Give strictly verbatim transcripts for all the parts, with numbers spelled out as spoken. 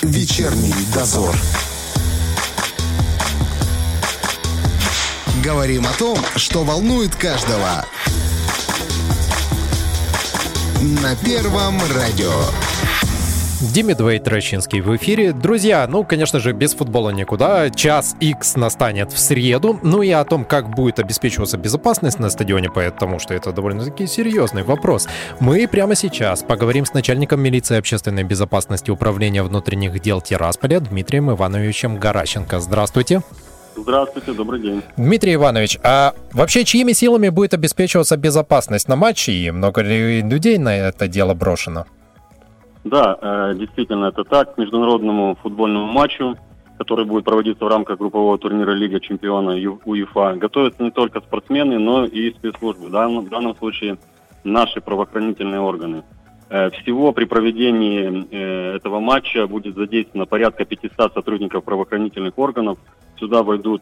Вечерний дозор. Говорим о том, что волнует каждого. На Первом радио. Димитрович Трощинский в эфире. Друзья, ну, конечно же, без футбола никуда. Час Икс настанет в среду. Ну и о том, как будет обеспечиваться безопасность на стадионе, потому что это довольно-таки серьезный вопрос. Мы прямо сейчас поговорим с начальником милиции общественной безопасности Управления внутренних дел Тирасполя Дмитрием Ивановичем Гаращенко. Здравствуйте. Здравствуйте, добрый день. Дмитрий Иванович, а вообще чьими силами будет обеспечиваться безопасность на матче и много ли людей на это дело брошено? Да, действительно это так. К международному футбольному матчу, который будет проводиться в рамках группового турнира Лига Чемпионов УЕФА, готовятся не только спортсмены, но и спецслужбы. В данном, в данном случае наши правоохранительные органы. Всего при проведении этого матча будет задействовано порядка пятьсот сотрудников правоохранительных органов. Сюда войдут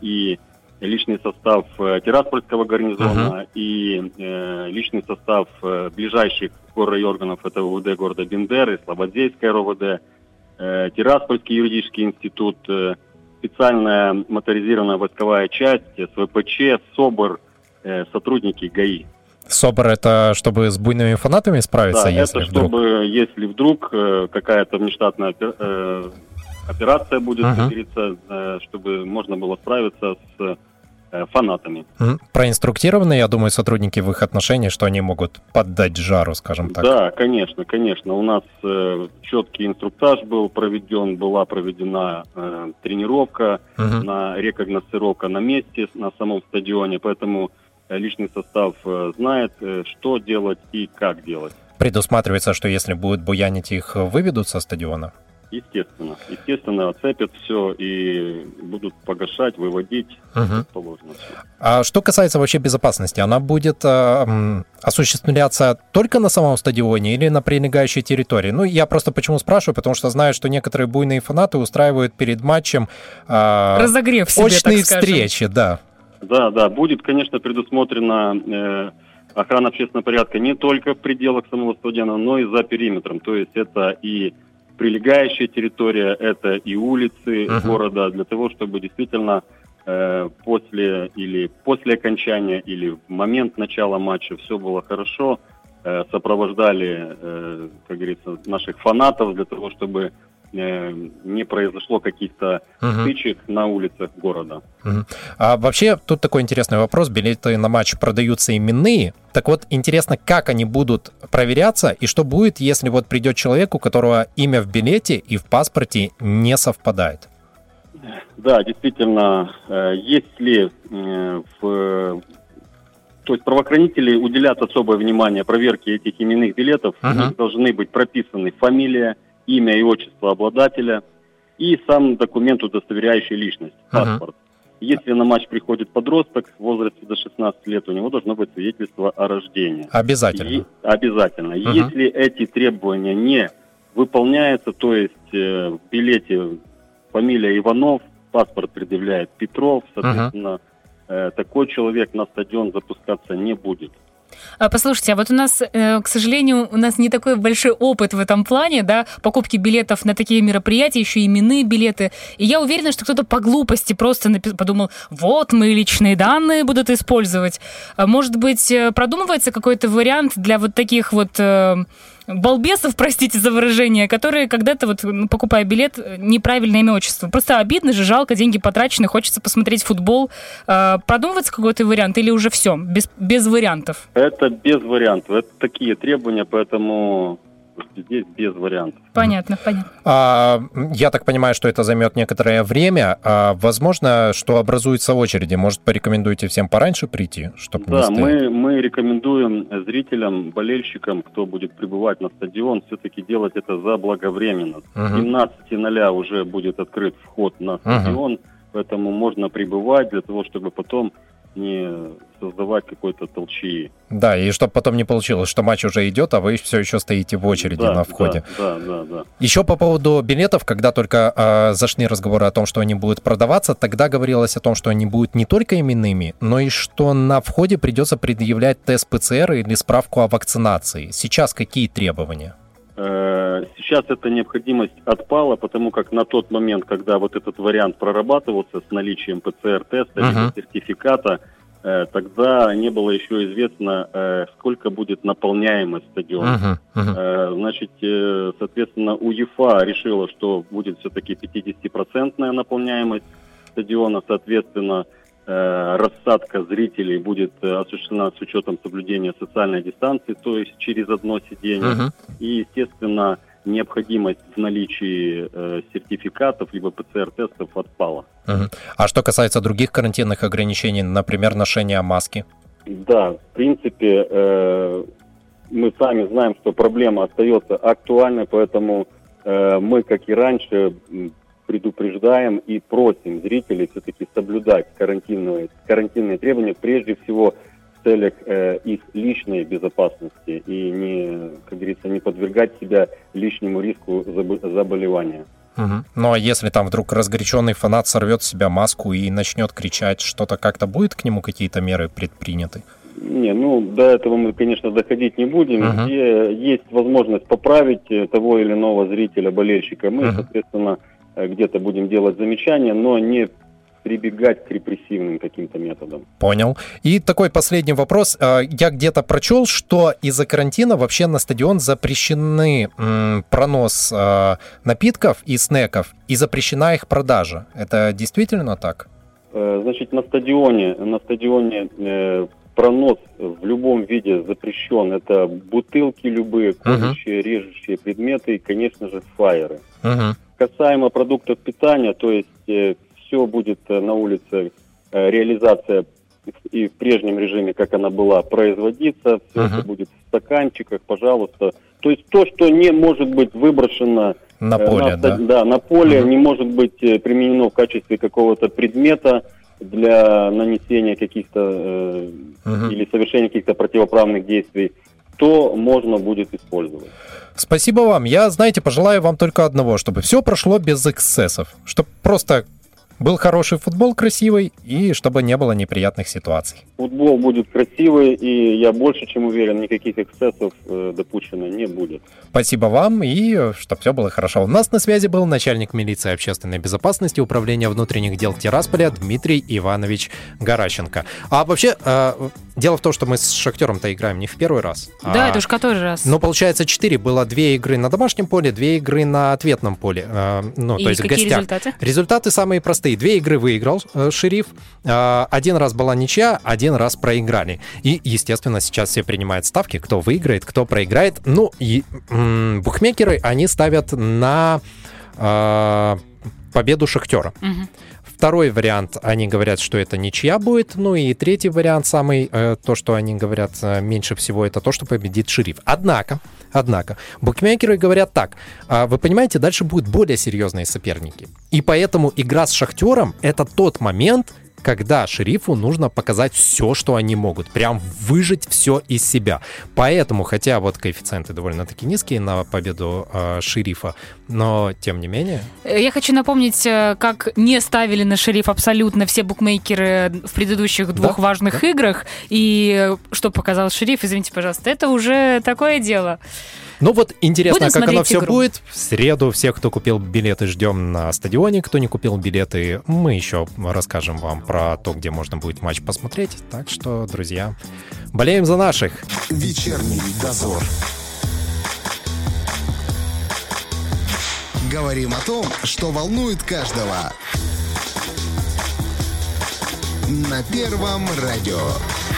и личный состав Тираспольского гарнизона, uh-huh. и э, личный состав э, ближайших горрайорганов, это УВД города Бендеры, Слободейская РОВД, э, Тираспольский юридический институт, э, специальная моторизированная войсковая часть, СВПЧ, СОБР, э, сотрудники ГАИ. СОБР — это чтобы с буйными фанатами справиться, да, если это вдруг? чтобы, если вдруг э, какая-то внештатная э, операция будет, uh-huh. как говорится, э, чтобы можно было справиться с фанатами. Проинструктированы, я думаю, сотрудники в их отношении, что они могут поддать жару, скажем так. Да, конечно, конечно. У нас э, четкий инструктаж был проведен, была проведена э, тренировка, угу. на рекогносцировка на месте, на самом стадионе, поэтому личный состав э, знает, э, что делать и как делать. Предусматривается, что если будут буянить, их выведут со стадиона? Естественно. Естественно, оцепят все и будут погашать, выводить. Угу. Положено все. А что касается вообще безопасности, она будет э, осуществляться только на самом стадионе или на прилегающей территории? Ну, я просто почему спрашиваю, потому что знаю, что некоторые буйные фанаты устраивают перед матчем э, разогрев себе, очные встречи, да. Да, да, будет, конечно, предусмотрена э, охрана общественного порядка не только в пределах самого стадиона, но и за периметром. То есть это и прилегающая территория, это и улицы uh-huh. города, для того, чтобы действительно э, после или после окончания, или в момент начала матча все было хорошо, э, сопровождали, э, как говорится, наших фанатов для того, чтобы э, не произошло каких-то uh-huh. стычек на улицах города. Uh-huh. А вообще, тут такой интересный вопрос. Билеты на матч продаются именные. Так вот, интересно, как они будут проверяться и что будет, если вот придет человек, у которого имя в билете и в паспорте не совпадает? Да, действительно, если в... То есть правоохранители уделят особое внимание проверке этих именных билетов, uh-huh. у них должны быть прописаны фамилия, имя и отчество обладателя и сам документ, удостоверяющий личность, паспорт. Uh-huh. Если на матч приходит подросток в возрасте до шестнадцати лет, у него должно быть свидетельство о рождении. Обязательно. И, обязательно. Uh-huh. Если эти требования не выполняются, то есть э, в билете фамилия Иванов, паспорт предъявляет Петров, соответственно, uh-huh. э, такой человек на стадион запускаться не будет. Послушайте, а вот у нас, к сожалению, у нас не такой большой опыт в этом плане, да, покупки билетов на такие мероприятия, еще и именные билеты. И я уверена, что кто-то по глупости просто подумал, вот, мои личные данные будут использовать. Может быть, продумывается какой-то вариант для вот таких вот балбесов, простите за выражение, которые когда-то, вот, покупая билет, неправильное имя, отчество. Просто обидно же, жалко, деньги потрачены, хочется посмотреть футбол. Продумывается какой-то вариант или уже все, без, без вариантов? Это без вариантов. Это такие требования, поэтому здесь без вариантов. Понятно, понятно. А, я так понимаю, что это займет некоторое время. А, возможно, что образуются очереди. Может, порекомендуете всем пораньше прийти, чтобы да, не мы, мы рекомендуем зрителям, болельщикам, кто будет прибывать на стадион, все-таки делать это заблаговременно. С uh-huh. семнадцати ноль уже будет открыт вход на стадион, uh-huh. поэтому можно прибывать для того, чтобы потом не создавать какой-то толчии. Да, и чтобы потом не получилось, что матч уже идет, а вы все еще стоите в очереди да, на входе. Да, да, да, да. Еще по поводу билетов, когда только э, зашли разговоры о том, что они будут продаваться, тогда говорилось о том, что они будут не только именными, но и что на входе придется предъявлять тест ПЦР или справку о вакцинации. Сейчас какие требования? Сейчас эта необходимость отпала, потому как на тот момент, когда вот этот вариант прорабатывался с наличием ПЦР-теста, Uh-huh. либо сертификата, тогда не было еще известно, сколько будет наполняемость стадиона. Uh-huh. Uh-huh. Значит, соответственно, УЕФА решила, что будет все-таки пятидесятипроцентная наполняемость стадиона, соответственно, рассадка зрителей будет осуществлена с учетом соблюдения социальной дистанции, то есть через одно сиденье. Uh-huh. И, естественно, необходимость в наличии э, сертификатов либо ПЦР-тестов отпала. Uh-huh. А что касается других карантинных ограничений, например, ношения маски? Да, в принципе, э, мы сами знаем, что проблема остается актуальной, поэтому э, мы, как и раньше, предупреждаем и просим зрителей все-таки соблюдать карантинные, карантинные требования, прежде всего в целях э, их личной безопасности и не, как говорится, не подвергать себя лишнему риску заб- заболевания. Угу. Ну а если там вдруг разгоряченный фанат сорвет с себя маску и начнет кричать, что-то как-то будет к нему какие-то меры предприняты? Не, ну до этого мы, конечно, доходить не будем. Uh-huh. Где есть возможность поправить того или иного зрителя, болельщика, мы, uh-huh. соответственно, где-то будем делать замечания, но не прибегать к репрессивным каким-то методам. Понял. И такой последний вопрос. Я где-то прочел, что из-за карантина вообще на стадион запрещены м, пронос э, напитков и снеков, и запрещена их продажа. Это действительно так? Значит, на стадионе, на стадионе э, пронос в любом виде запрещен. Это бутылки любые, колющие, uh-huh. режущие предметы и, конечно же, фаеры. Uh-huh. Касаемо продуктов питания, то есть э, все будет э, на улице, э, реализация и в прежнем режиме, как она была, производиться, все uh-huh. это будет в стаканчиках, пожалуйста. То есть то, что не может быть выброшено на поле, э, на, да? Да, на поле, uh-huh. не может быть э, применено в качестве какого-то предмета для нанесения каких-то э, uh-huh. или совершения каких-то противоправных действий, то можно будет использовать. Спасибо вам. Я, знаете, пожелаю вам только одного, чтобы все прошло без эксцессов, чтобы просто был хороший футбол, красивый, и чтобы не было неприятных ситуаций. Футбол будет красивый, и я больше чем уверен, никаких эксцессов э, допущено не будет. Спасибо вам, и чтобы все было хорошо. У нас на связи был начальник милиции общественной безопасности Управления внутренних дел Тирасполя Дмитрий Иванович Гаращенко. А вообще, э, дело в том, что мы с Шахтером-то играем не в первый раз. Да, а, это уж который раз. Ну, получается, четыре. Было две игры на домашнем поле, две игры на ответном поле. Э, ну, и то есть какие в гостях. результаты? Результаты самые простые. Две игры выиграл э, Шериф, э, один раз была ничья, один раз проиграли. И, естественно, сейчас все принимают ставки, кто выиграет, кто проиграет. Ну, и м- букмекеры, они ставят на э, победу Шахтера. Угу. Второй вариант, они говорят, что это ничья будет. Ну и третий вариант, самый, э, то, что они говорят э, меньше всего, это то, что победит Шериф. Однако, однако, букмекеры говорят так. Э, вы понимаете, дальше будут более серьезные соперники. И поэтому игра с Шахтером — это тот момент, когда Шерифу нужно показать все, что они могут. Прям выжать все из себя. Поэтому, хотя вот коэффициенты довольно-таки низкие на победу э, Шерифа, но тем не менее... Я хочу напомнить, как не ставили на Шериф абсолютно все букмекеры в предыдущих двух да, важных да. играх. И что показал Шериф, извините, пожалуйста, это уже такое дело. Ну вот интересно, Будем как оно все игру. будет. В среду всех, кто купил билеты, ждем на стадионе. Кто не купил билеты, мы еще расскажем вам про то, где можно будет матч посмотреть. Так что, друзья, болеем за наших. Вечерний дозор. Говорим о том, что волнует каждого. На Первом радио.